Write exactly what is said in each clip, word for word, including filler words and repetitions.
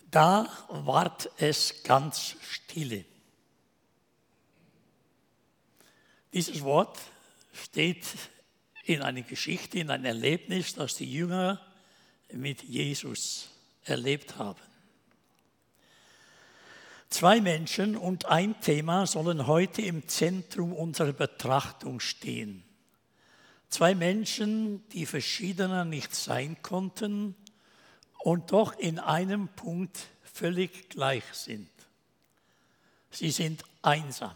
Da ward es ganz stille. Dieses Wort steht in einer Geschichte, in einem Erlebnis, das die Jünger mit Jesus erlebt haben. Zwei Menschen und ein Thema sollen heute im Zentrum unserer Betrachtung stehen. Zwei Menschen, die verschiedener nicht sein konnten und doch in einem Punkt völlig gleich sind. Sie sind einsam.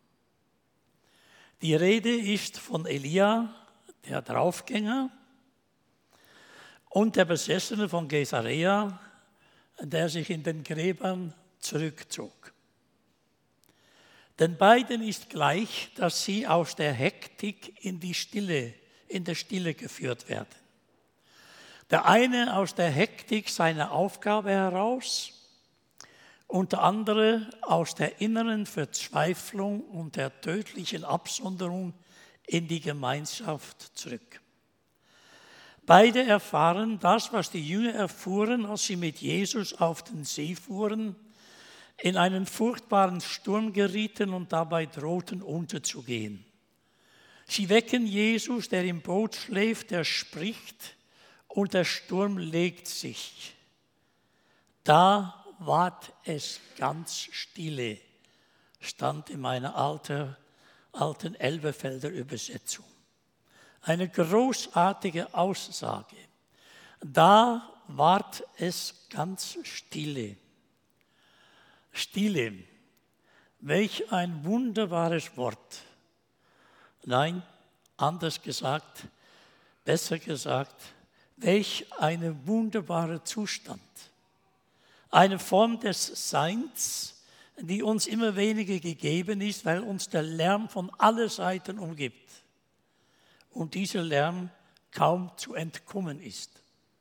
Die Rede ist von Elia, der Draufgänger, und der Besessene von Caesarea, der sich in den Gräbern zurückzog. Den beiden ist gleich, dass sie aus der Hektik in die Stille, in der Stille geführt werden. Der eine aus der Hektik seiner Aufgabe heraus und der andere aus der inneren Verzweiflung und der tödlichen Absonderung in die Gemeinschaft zurück. Beide erfahren das, was die Jünger erfuhren, als sie mit Jesus auf den See fuhren, in einen furchtbaren Sturm gerieten und dabei drohten unterzugehen. Sie wecken Jesus, der im Boot schläft, der spricht, und der Sturm legt sich. Da ward es ganz stille, stand in meiner alten, alten Elberfelder Übersetzung. Eine großartige Aussage. Da ward es ganz stille. Stille, welch ein wunderbares Wort. Nein, anders gesagt, besser gesagt, welch ein wunderbarer Zustand. Eine Form des Seins, die uns immer weniger gegeben ist, weil uns der Lärm von allen Seiten umgibt. Und dieser Lärm kaum zu entkommen ist.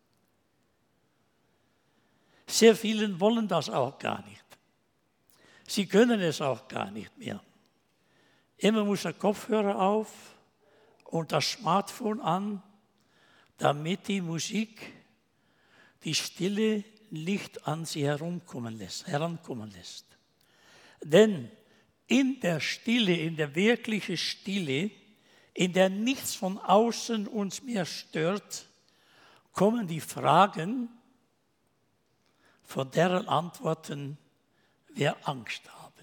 Sehr vielen wollen das auch gar nicht. Sie können es auch gar nicht mehr. Immer muss der Kopfhörer auf und das Smartphone an, damit die Musik die Stille nicht an sie herumkommen lässt, herankommen lässt. Denn in der Stille, in der wirklichen Stille, in der nichts von außen uns mehr stört, kommen die Fragen, vor deren Antworten wir Angst haben.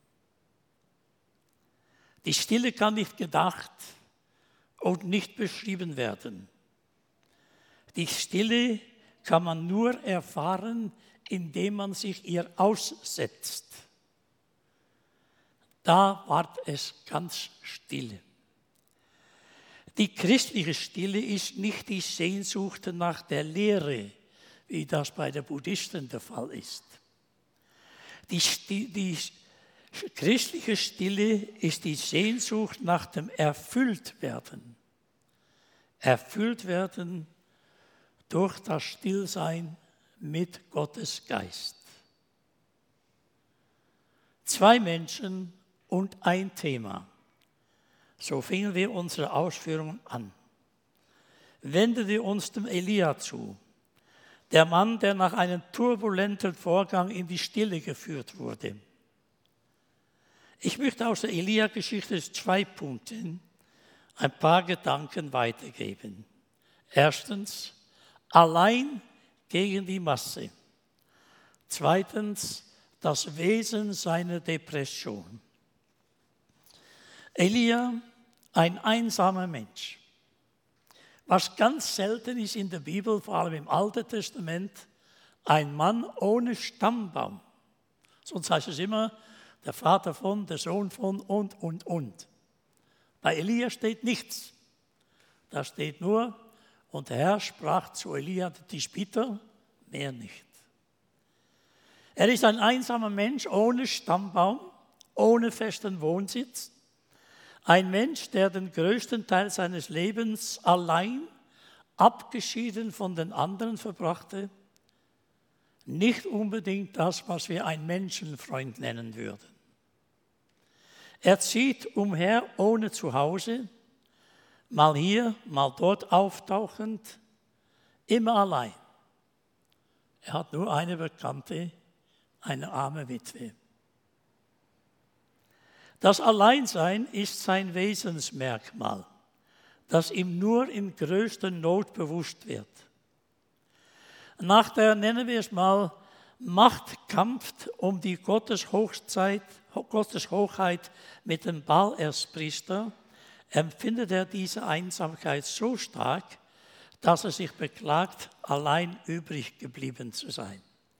Die Stille kann nicht gedacht und nicht beschrieben werden. Die Stille kann man nur erfahren, indem man sich ihr aussetzt. Da ward es ganz stille. Die christliche Stille ist nicht die Sehnsucht nach der Lehre, wie das bei den Buddhisten der Fall ist. Die, Sti- die christliche Stille ist die Sehnsucht nach dem Erfülltwerden. Erfüllt werden durch das Stillsein mit Gottes Geist. Zwei Menschen und ein Thema. So fingen wir unsere Ausführungen an. Wenden wir uns dem Elia zu, der Mann, der nach einem turbulenten Vorgang in die Stille geführt wurde. Ich möchte aus der Elia-Geschichte zwei Punkten ein paar Gedanken weitergeben. Erstens, allein gegen die Masse. Zweitens, das Wesen seiner Depression. Elia, ein einsamer Mensch. Was ganz selten ist in der Bibel, vor allem im Alten Testament, ein Mann ohne Stammbaum. Sonst heißt es immer, der Vater von, der Sohn von und, und, und. Bei Elia steht nichts. Da steht nur, und der Herr sprach zu Elia, die später, mehr nicht. Er ist ein einsamer Mensch ohne Stammbaum, ohne festen Wohnsitz. Ein Mensch, der den größten Teil seines Lebens allein, abgeschieden von den anderen verbrachte. Nicht unbedingt das, was wir einen Menschenfreund nennen würden. Er zieht umher ohne Zuhause, mal hier, mal dort auftauchend, immer allein. Er hat nur eine Bekannte, eine arme Witwe. Das Alleinsein ist sein Wesensmerkmal, das ihm nur in größter Not bewusst wird. Nach der, nennen wir es mal, Machtkampf um die Gotteshochzeit, Gotteshochheit mit dem Baal-Erzpriester empfindet er diese Einsamkeit so stark, dass er sich beklagt, allein übrig geblieben zu sein.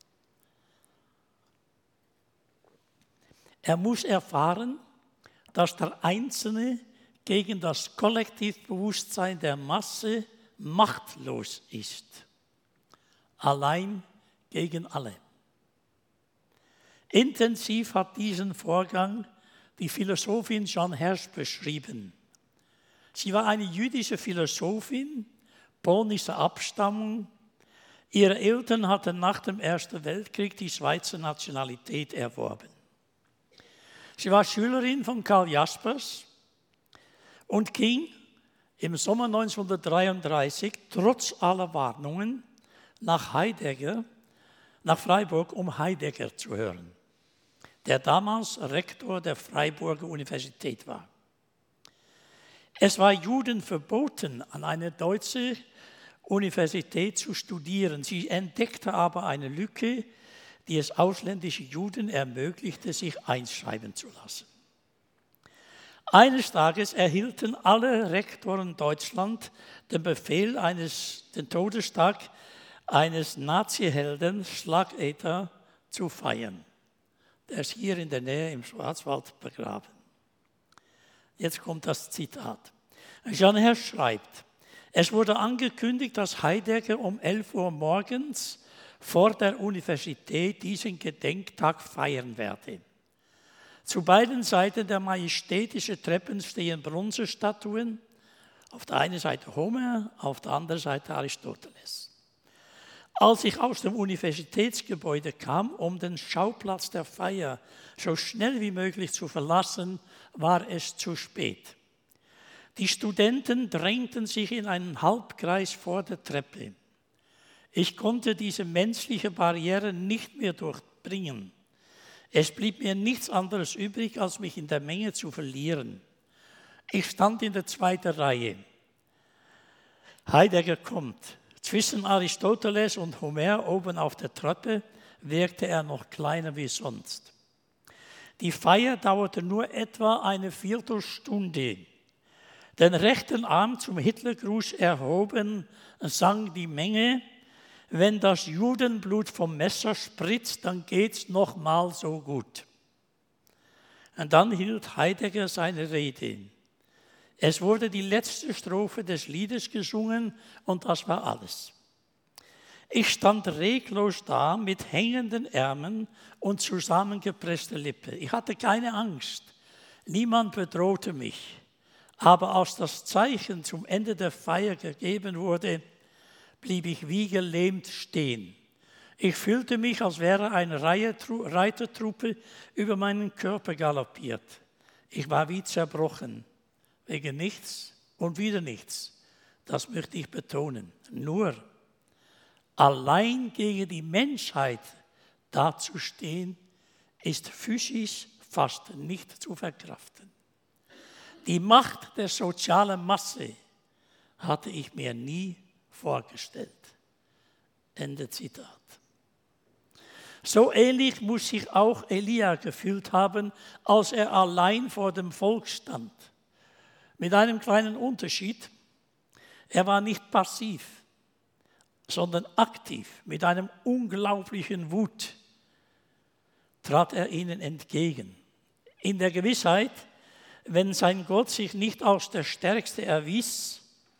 Er muss erfahren, dass der Einzelne gegen das Kollektivbewusstsein der Masse machtlos ist. Allein gegen alle. Intensiv hat diesen Vorgang die Philosophin Jeanne Hersch beschrieben. Sie war eine jüdische Philosophin, polnischer Abstammung. Ihre Eltern hatten nach dem Ersten Weltkrieg die Schweizer Nationalität erworben. Sie war Schülerin von Karl Jaspers und ging im Sommer neunzehnhundertdreiunddreißig trotz aller Warnungen nach Heidegger, nach Freiburg, um Heidegger zu hören, der damals Rektor der Freiburger Universität war. Es war Juden verboten, an eine deutsche Universität zu studieren. Sie entdeckte aber eine Lücke, die es ausländische Juden ermöglichte, sich einschreiben zu lassen. Eines Tages erhielten alle Rektoren Deutschlands den Befehl, eines, den Todestag eines Nazi-Helden, Schlageter, zu feiern. Der ist hier in der Nähe im Schwarzwald begraben. Jetzt kommt das Zitat. Jeanne Hersch schreibt, es wurde angekündigt, dass Heidegger um elf Uhr morgens vor der Universität diesen Gedenktag feiern werde. Zu beiden Seiten der majestätischen Treppen stehen Bronzestatuen, auf der einen Seite Homer, auf der anderen Seite Aristoteles. Als ich aus dem Universitätsgebäude kam, um den Schauplatz der Feier so schnell wie möglich zu verlassen, war es zu spät. Die Studenten drängten sich in einen Halbkreis vor der Treppe. Ich konnte diese menschliche Barriere nicht mehr durchbringen. Es blieb mir nichts anderes übrig, als mich in der Menge zu verlieren. Ich stand in der zweiten Reihe. Heidegger kommt. Zwischen Aristoteles und Homer oben auf der Treppe wirkte er noch kleiner wie sonst. Die Feier dauerte nur etwa eine Viertelstunde. Den rechten Arm zum Hitlergruß erhoben, sang die Menge, wenn das Judenblut vom Messer spritzt, dann geht's noch mal so gut. Und dann hielt Heidegger seine Rede. Es wurde die letzte Strophe des Liedes gesungen und das war alles. Ich stand reglos da mit hängenden Ärmeln und zusammengepresster Lippe. Ich hatte keine Angst. Niemand bedrohte mich. Aber als das Zeichen zum Ende der Feier gegeben wurde, blieb ich wie gelähmt stehen. Ich fühlte mich, als wäre eine Reitertruppe über meinen Körper galoppiert. Ich war wie zerbrochen. Wegen nichts und wieder nichts. Das möchte ich betonen. Nur allein gegen die Menschheit dazustehen, ist physisch fast nicht zu verkraften. Die Macht der sozialen Masse hatte ich mir nie vorgestellt. Ende Zitat. So ähnlich muss sich auch Elia gefühlt haben, als er allein vor dem Volk stand. Mit einem kleinen Unterschied. Er war nicht passiv, sondern aktiv. Mit einem unglaublichen Wut trat er ihnen entgegen. In der Gewissheit, wenn sein Gott sich nicht als der Stärkste erwies,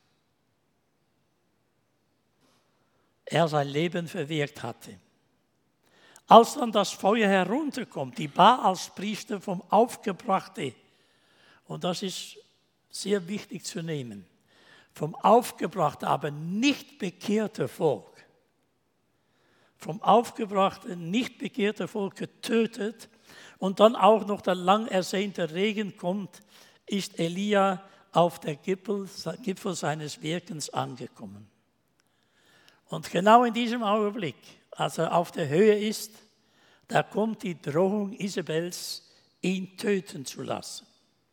er sein Leben verwirkt hatte. Als dann das Feuer herunterkommt, die Baal-Priester vom Aufgebrachte, und das ist sehr wichtig zu nehmen, vom aufgebrachten, aber nicht bekehrten Volk, vom aufgebrachten, nicht bekehrten Volk getötet und dann auch noch der lang ersehnte Regen kommt, ist Elia auf der Gipfel, Gipfel seines Wirkens angekommen. Und genau in diesem Augenblick, als er auf der Höhe ist, da kommt die Drohung Isabels, ihn töten zu lassen.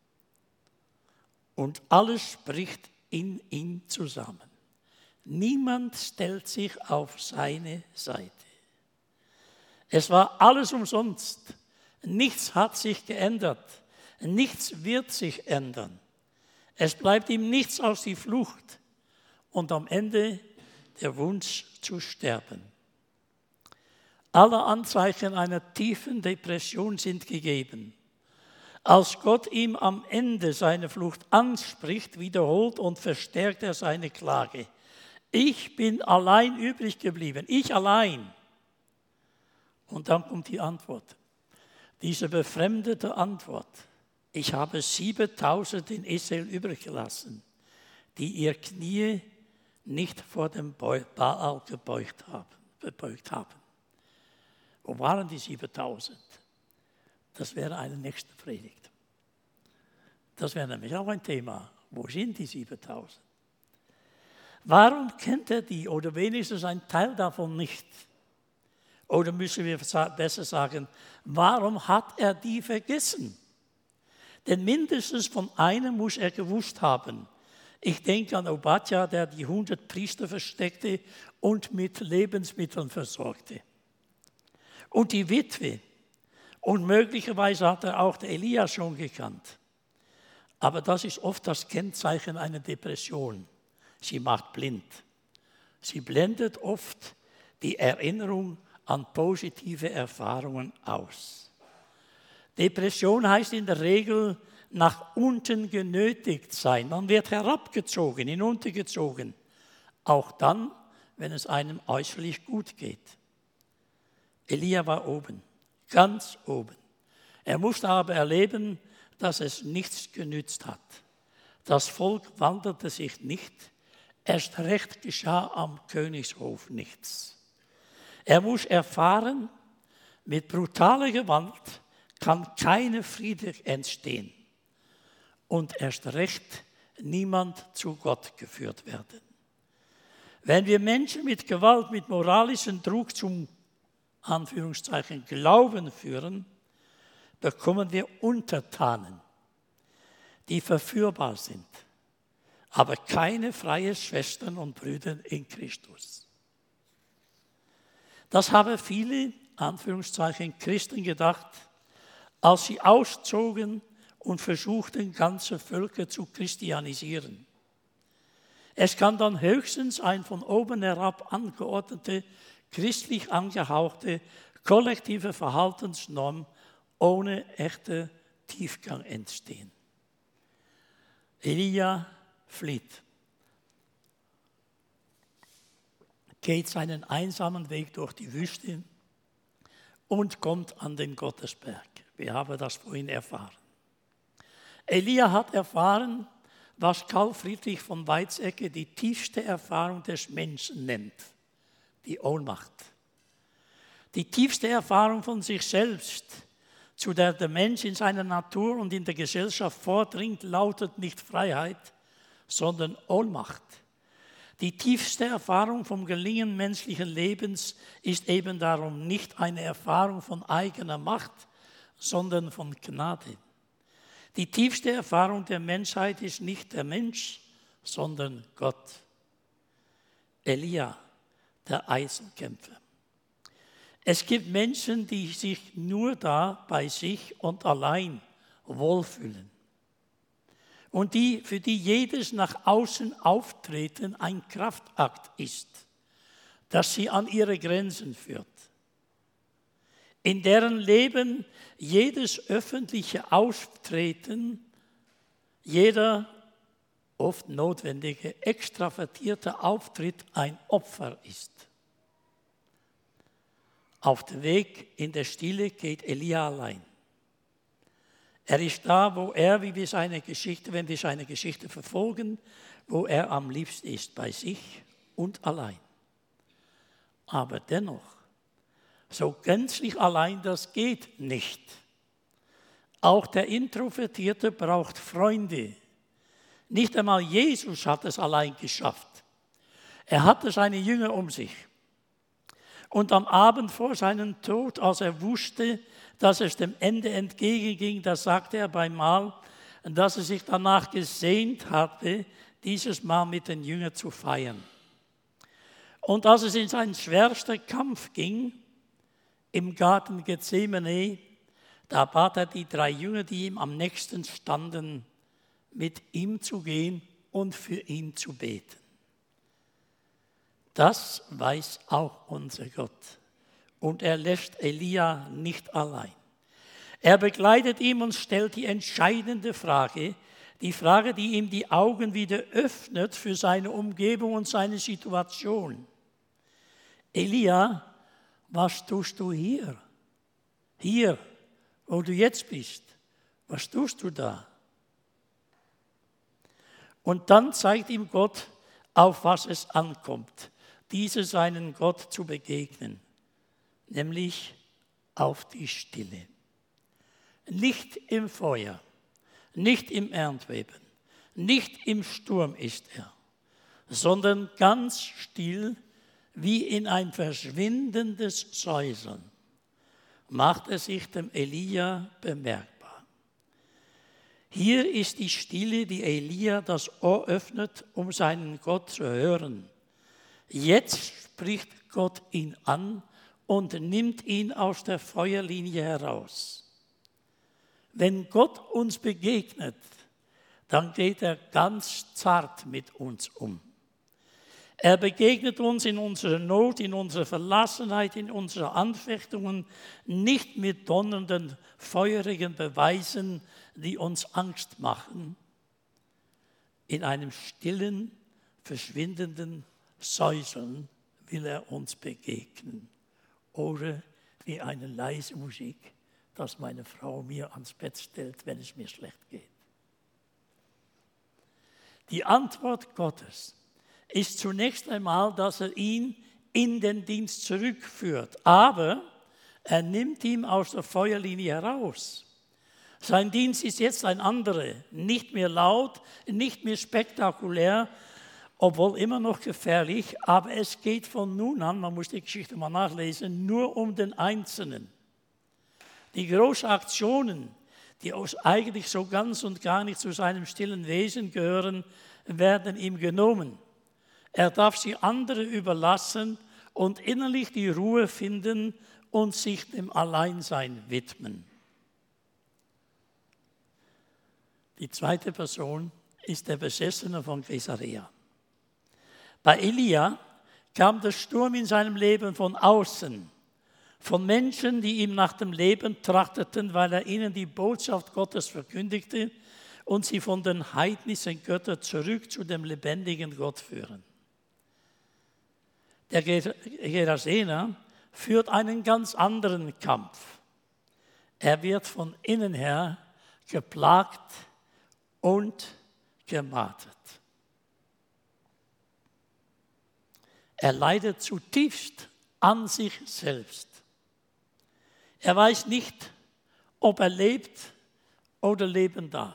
Und alles bricht in ihm zusammen. Niemand stellt sich auf seine Seite. Es war alles umsonst. Nichts hat sich geändert. Nichts wird sich ändern. Es bleibt ihm nichts als die Flucht und am Ende der Wunsch zu sterben. Alle Anzeichen einer tiefen Depression sind gegeben. Als Gott ihm am Ende seiner Flucht anspricht, wiederholt und verstärkt er seine Klage. Ich bin allein übrig geblieben, ich allein. Und dann kommt die Antwort, diese befremdete Antwort. Ich habe siebentausend in Israel übrig gelassen, die ihr Knie nicht vor dem Baal gebeugt haben. Gebeugt haben. Wo waren die siebentausend? Das wäre eine nächste Predigt. Das wäre nämlich auch ein Thema. Wo sind die siebentausend? Warum kennt er die oder wenigstens ein Teil davon nicht? Oder müssen wir besser sagen, warum hat er die vergessen? Denn mindestens von einem muss er gewusst haben. Ich denke an Obadja, der die hundert Priester versteckte und mit Lebensmitteln versorgte. Und die Witwe. Und möglicherweise hat er auch den Elia schon gekannt. Aber das ist oft das Kennzeichen einer Depression. Sie macht blind. Sie blendet oft die Erinnerung an positive Erfahrungen aus. Depression heißt in der Regel nach unten genötigt sein. Man wird herabgezogen, hinuntergezogen. Auch dann, wenn es einem äußerlich gut geht. Elia war oben, ganz oben. Er musste aber erleben, dass es nichts genützt hat. Das Volk wanderte sich nicht, erst recht geschah am Königshof nichts. Er muss erfahren, mit brutaler Gewalt kann keine Friede entstehen und erst recht niemand zu Gott geführt werden. Wenn wir Menschen mit Gewalt, mit moralischem Druck zum Anführungszeichen Glauben führen, bekommen wir Untertanen, die verführbar sind, aber keine freien Schwestern und Brüder in Christus. Das haben viele, Anführungszeichen, Christen gedacht, als sie auszogen und versuchten, ganze Völker zu christianisieren. Es kann dann höchstens ein von oben herab angeordnete, christlich angehauchte, kollektive Verhaltensnorm ohne echten Tiefgang entstehen. Elia flieht, geht seinen einsamen Weg durch die Wüste und kommt an den Gottesberg. Wir haben das vorhin erfahren. Elia hat erfahren, was Karl Friedrich von Weizsäcker die tiefste Erfahrung des Menschen nennt, die Ohnmacht. Die tiefste Erfahrung von sich selbst, zu der der Mensch in seiner Natur und in der Gesellschaft vordringt, lautet nicht Freiheit, sondern Ohnmacht. Die tiefste Erfahrung vom Gelingen menschlichen Lebens ist eben darum nicht eine Erfahrung von eigener Macht, sondern von Gnade. Die tiefste Erfahrung der Menschheit ist nicht der Mensch, sondern Gott. Elia, der Einzelkämpfer. Es gibt Menschen, die sich nur da bei sich und allein wohlfühlen. Und die, für die jedes nach außen Auftreten ein Kraftakt ist, das sie an ihre Grenzen führt. In deren Leben jedes öffentliche Auftreten, jeder oft notwendige, extravertierte Auftritt ein Opfer ist. Auf dem Weg in der Stille geht Elia allein. Er ist da, wo er, wie wir seine Geschichte, wenn wir seine Geschichte verfolgen, wo er am liebsten ist, bei sich und allein. Aber dennoch, so gänzlich allein, das geht nicht. Auch der Introvertierte braucht Freunde. Nicht einmal Jesus hat es allein geschafft. Er hatte seine Jünger um sich. Und am Abend vor seinem Tod, als er wusste, dass es dem Ende entgegenging, da sagte er beim Mahl, dass er sich danach gesehnt hatte, dieses Mal mit den Jüngern zu feiern. Und als es in seinen schwersten Kampf ging, im Garten Gethsemane, da bat er die drei Jünger, die ihm am nächsten standen, mit ihm zu gehen und für ihn zu beten. Das weiß auch unser Gott. Und er lässt Elia nicht allein. Er begleitet ihn und stellt die entscheidende Frage, die Frage, die ihm die Augen wieder öffnet für seine Umgebung und seine Situation. Elia, was tust du hier? Hier, wo du jetzt bist. Was tust du da? Und dann zeigt ihm Gott, auf was es ankommt, diese seinen Gott zu begegnen, nämlich auf die Stille. Nicht im Feuer, nicht im Erdbeben, nicht im Sturm ist er, sondern ganz still, wie in ein verschwindendes Säuseln, macht er sich dem Elia bemerkbar. Hier ist die Stille, die Elia das Ohr öffnet, um seinen Gott zu hören. Jetzt spricht Gott ihn an und nimmt ihn aus der Feuerlinie heraus. Wenn Gott uns begegnet, dann geht er ganz zart mit uns um. Er begegnet uns in unserer Not, in unserer Verlassenheit, in unseren Anfechtungen, nicht mit donnernden, feurigen Beweisen, die uns Angst machen. In einem stillen, verschwindenden Säuseln will er uns begegnen. Oder wie eine leise Musik, das meine Frau mir ans Bett stellt, wenn es mir schlecht geht. Die Antwort Gottes ist zunächst einmal, dass er ihn in den Dienst zurückführt. Aber er nimmt ihn aus der Feuerlinie heraus. Sein Dienst ist jetzt ein anderer, nicht mehr laut, nicht mehr spektakulär, obwohl immer noch gefährlich, aber es geht von nun an, man muss die Geschichte mal nachlesen, nur um den Einzelnen. Die großen Aktionen, die eigentlich so ganz und gar nicht zu seinem stillen Wesen gehören, werden ihm genommen. Er darf sie anderen überlassen und innerlich die Ruhe finden und sich dem Alleinsein widmen. Die zweite Person ist der Besessene von Caesarea. Bei Elia kam der Sturm in seinem Leben von außen, von Menschen, die ihm nach dem Leben trachteten, weil er ihnen die Botschaft Gottes verkündigte und sie von den heidnischen Göttern zurück zu dem lebendigen Gott führen. Der Gerasener führt einen ganz anderen Kampf. Er wird von innen her geplagt und gemartert. Er leidet zutiefst an sich selbst. Er weiß nicht, ob er lebt oder leben darf.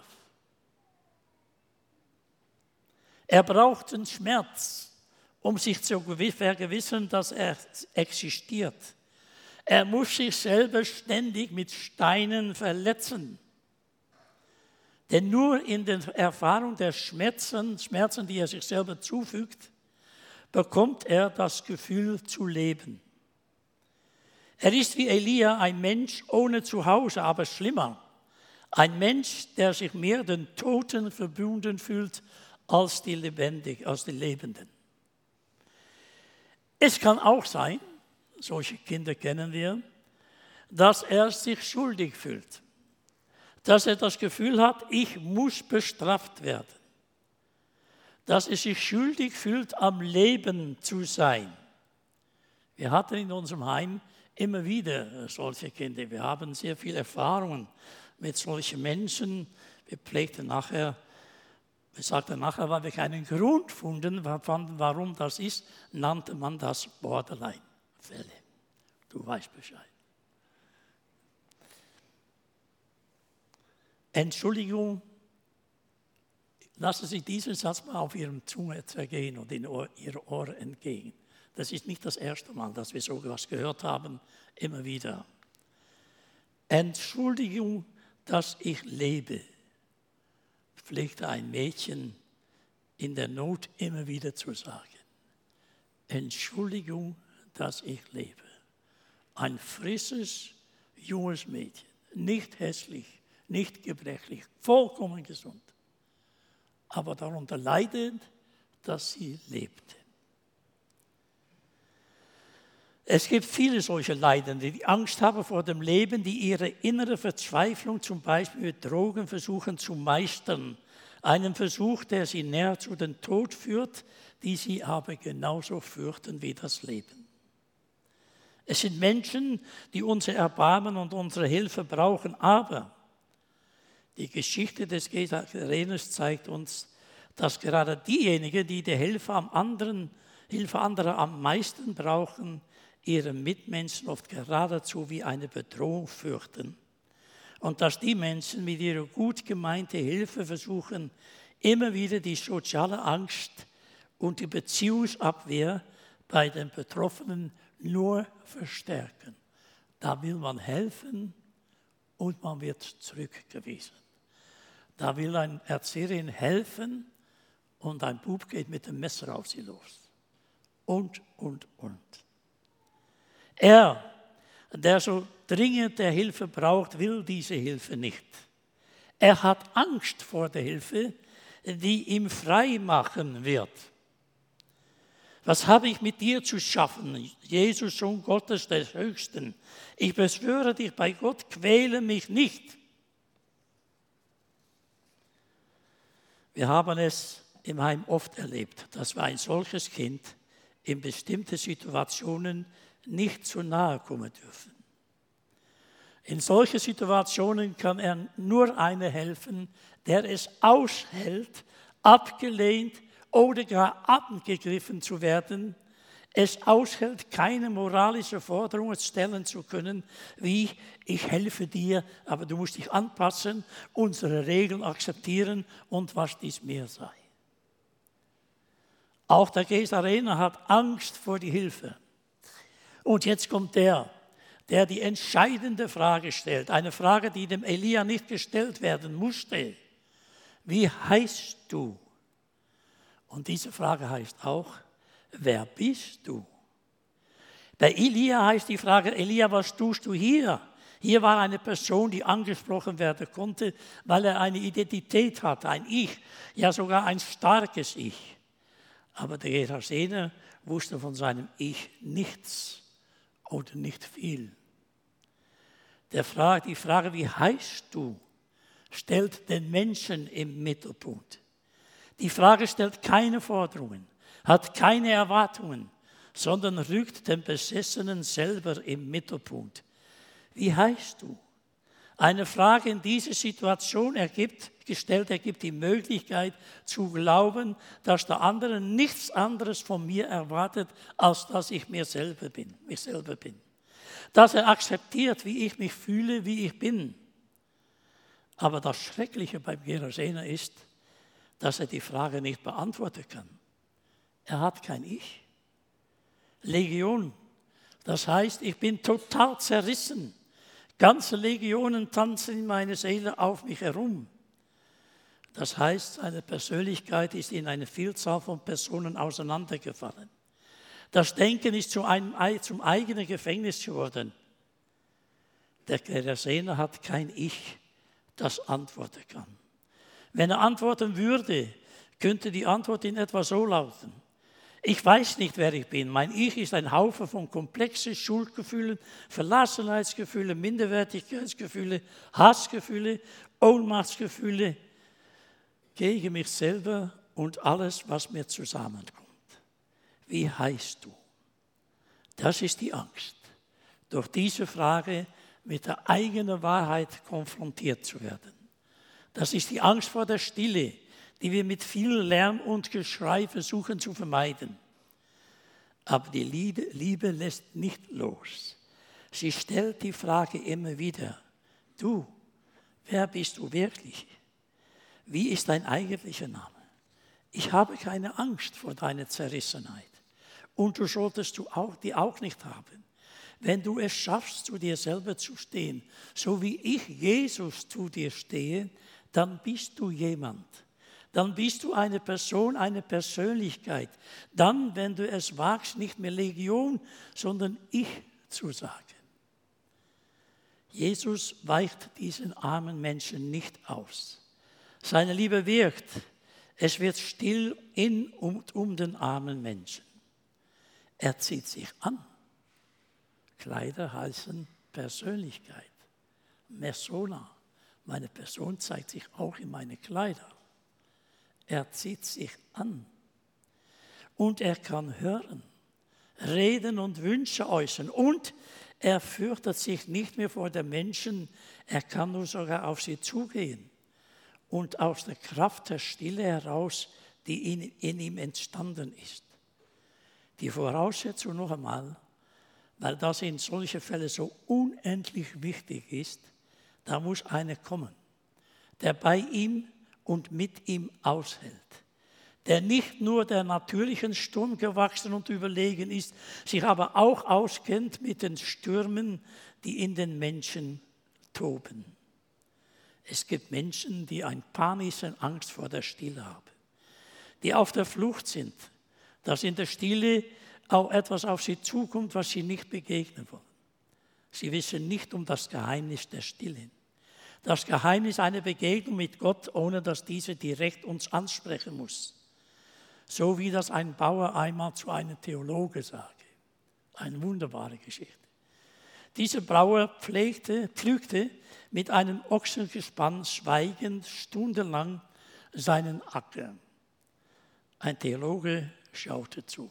Er braucht den Schmerz, um sich zu vergewissern, dass er existiert. Er muss sich selber ständig mit Steinen verletzen. Denn nur in der Erfahrung der Schmerzen, Schmerzen, die er sich selber zufügt, bekommt er das Gefühl zu leben. Er ist wie Elia ein Mensch ohne Zuhause, aber schlimmer. Ein Mensch, der sich mehr den Toten verbunden fühlt als die, Lebendig, als die Lebenden. Es kann auch sein, solche Kinder kennen wir, dass er sich schuldig fühlt. Dass er das Gefühl hat, ich muss bestraft werden. Dass er sich schuldig fühlt, am Leben zu sein. Wir hatten in unserem Heim immer wieder solche Kinder. Wir haben sehr viele Erfahrungen mit solchen Menschen. Wir pflegten nachher, wir sagten nachher, weil wir keinen Grund fanden, warum das ist, nannte man das Borderline-Fälle. Du weißt Bescheid. Entschuldigung, lassen Sie diesen Satz mal auf Ihrem Zunge zergehen und in Ihr Ohr entgegen. Das ist nicht das erste Mal, dass wir so etwas gehört haben, immer wieder. Entschuldigung, dass ich lebe, pflegte ein Mädchen in der Not immer wieder zu sagen. Entschuldigung, dass ich lebe. Ein frisches, junges Mädchen, nicht hässlich, nicht gebrechlich, vollkommen gesund, aber darunter leidend, dass sie lebte. Es gibt viele solche Leidende, die Angst haben vor dem Leben, die ihre innere Verzweiflung zum Beispiel mit Drogen versuchen zu meistern. Einen Versuch, der sie näher zu dem Tod führt, die sie aber genauso fürchten wie das Leben. Es sind Menschen, die unser Erbarmen und unsere Hilfe brauchen, aber die Geschichte des Gadareners zeigt uns, dass gerade diejenigen, die die Hilfe, am anderen, Hilfe anderer am meisten brauchen, ihre Mitmenschen oft geradezu wie eine Bedrohung fürchten. Und dass die Menschen mit ihrer gut gemeinten Hilfe versuchen, immer wieder die soziale Angst und die Beziehungsabwehr bei den Betroffenen nur verstärken. Da will man helfen und man wird zurückgewiesen. Da will ein Erzieherin helfen und ein Bub geht mit dem Messer auf sie los. Und, und, und. Er, der so dringend der Hilfe braucht, will diese Hilfe nicht. Er hat Angst vor der Hilfe, die ihm frei machen wird. Was habe ich mit dir zu schaffen, Jesus, Sohn Gottes des Höchsten? Ich beschwöre dich bei Gott, quäle mich nicht. Wir haben es im Heim oft erlebt, dass wir ein solches Kind in bestimmten Situationen nicht zu nahe kommen dürfen. In solchen Situationen kann er nur einer helfen, der es aushält, abgelehnt oder gar abgegriffen zu werden, es aushält, keine moralische Forderungen stellen zu können, wie ich helfe dir, aber du musst dich anpassen, unsere Regeln akzeptieren und was dies mehr sei. Auch der Gadarener hat Angst vor die Hilfe. Und jetzt kommt der, der die entscheidende Frage stellt, eine Frage, die dem Elia nicht gestellt werden musste. Wie heißt du? Und diese Frage heißt auch, wer bist du? Bei Elia heißt die Frage, Elia, was tust du hier? Hier war eine Person, die angesprochen werden konnte, weil er eine Identität hatte, ein Ich, ja sogar ein starkes Ich. Aber der Gadarener wusste von seinem Ich nichts oder nicht viel. Der Frage, die Frage, wie heißt du, stellt den Menschen im Mittelpunkt. Die Frage stellt keine Forderungen, hat keine Erwartungen, sondern rückt den Besessenen selber im Mittelpunkt. Wie heißt du? Eine Frage in dieser Situation ergibt, gestellt ergibt die Möglichkeit zu glauben, dass der andere nichts anderes von mir erwartet, als dass ich mir selber bin, mich selber bin. Dass er akzeptiert, wie ich mich fühle, wie ich bin. Aber das Schreckliche beim Gadarener ist, dass er die Frage nicht beantworten kann. Er hat kein Ich. Legion, das heißt, ich bin total zerrissen. Ganze Legionen tanzen in meiner Seele auf mich herum. Das heißt, seine Persönlichkeit ist in eine Vielzahl von Personen auseinandergefallen. Das Denken ist zu einem, zum eigenen Gefängnis geworden. Der Gadarener hat kein Ich, das antworten kann. Wenn er antworten würde, könnte die Antwort in etwa so lauten. Ich weiß nicht, wer ich bin. Mein Ich ist ein Haufen von komplexen Schuldgefühlen, Verlassenheitsgefühlen, Minderwertigkeitsgefühle, Hassgefühle, Ohnmachtsgefühle gegen mich selber und alles, was mir zusammenkommt. Wie heißt du? Das ist die Angst, durch diese Frage mit der eigenen Wahrheit konfrontiert zu werden. Das ist die Angst vor der Stille, die wir mit viel Lärm und Geschrei versuchen zu vermeiden. Aber die Liebe lässt nicht los. Sie stellt die Frage immer wieder, du, wer bist du wirklich? Wie ist dein eigentlicher Name? Ich habe keine Angst vor deiner Zerrissenheit und du solltest du auch, die auch nicht haben. Wenn du es schaffst, zu dir selber zu stehen, so wie ich, Jesus, zu dir stehe, dann bist du jemand. Dann bist du eine Person, eine Persönlichkeit. Dann, wenn du es wagst, nicht mehr Legion, sondern ich zu sagen. Jesus weicht diesen armen Menschen nicht aus. Seine Liebe wirkt. Es wird still in und um den armen Menschen. Er zieht sich an. Kleider heißen Persönlichkeit. Persona. Meine Person zeigt sich auch in meine Kleider. Er zieht sich an. Und er kann hören, reden und Wünsche äußern. Und er fürchtet sich nicht mehr vor den Menschen. Er kann nur sogar auf sie zugehen. Und aus der Kraft der Stille heraus, die in, in ihm entstanden ist. Die Voraussetzung noch einmal, weil das in solchen Fällen so unendlich wichtig ist, da muss einer kommen, der bei ihm und mit ihm aushält, der nicht nur der natürlichen Sturm gewachsen und überlegen ist, sich aber auch auskennt mit den Stürmen, die in den Menschen toben. Es gibt Menschen, die eine panische Angst vor der Stille haben, die auf der Flucht sind, dass in der Stille auch etwas auf sie zukommt, was sie nicht begegnen wollen. Sie wissen nicht um das Geheimnis der Stille. Das Geheimnis einer Begegnung mit Gott, ohne dass diese direkt uns ansprechen muss. So wie das ein Bauer einmal zu einem Theologe sagte. Eine wunderbare Geschichte. Dieser Bauer pflegte, pflügte mit einem Ochsengespann schweigend stundenlang seinen Acker. Ein Theologe schaute zu.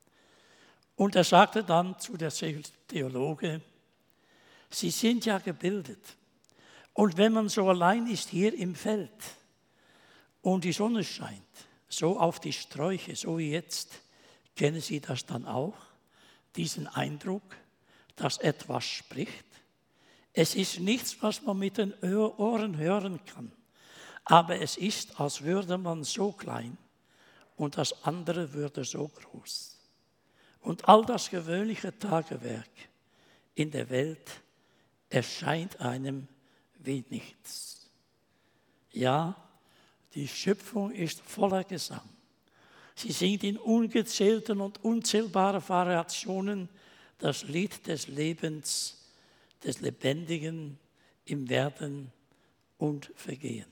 Und er sagte dann zu der Theologe, Sie sind ja gebildet. Und wenn man so allein ist hier im Feld und die Sonne scheint, so auf die Sträuche, so wie jetzt, kennen Sie das dann auch, diesen Eindruck, dass etwas spricht? Es ist nichts, was man mit den Ohren hören kann, aber es ist, als würde man so klein und das andere würde so groß. Und all das gewöhnliche Tagewerk in der Welt erscheint einem wie nichts. Ja, die Schöpfung ist voller Gesang. Sie singt in ungezählten und unzählbaren Variationen das Lied des Lebens, des Lebendigen im Werden und Vergehen.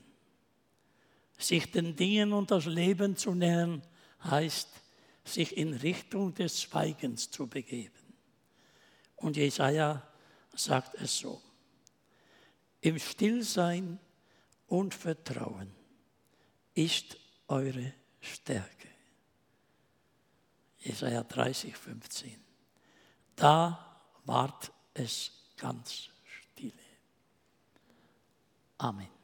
Sich den Dingen und das Leben zu nähern, heißt, sich in Richtung des Schweigens zu begeben. Und Jesaja sagt es so: Im Stillsein und Vertrauen ist eure Stärke. Jesaja dreißig, fünfzehn. Da ward es ganz stille. Amen.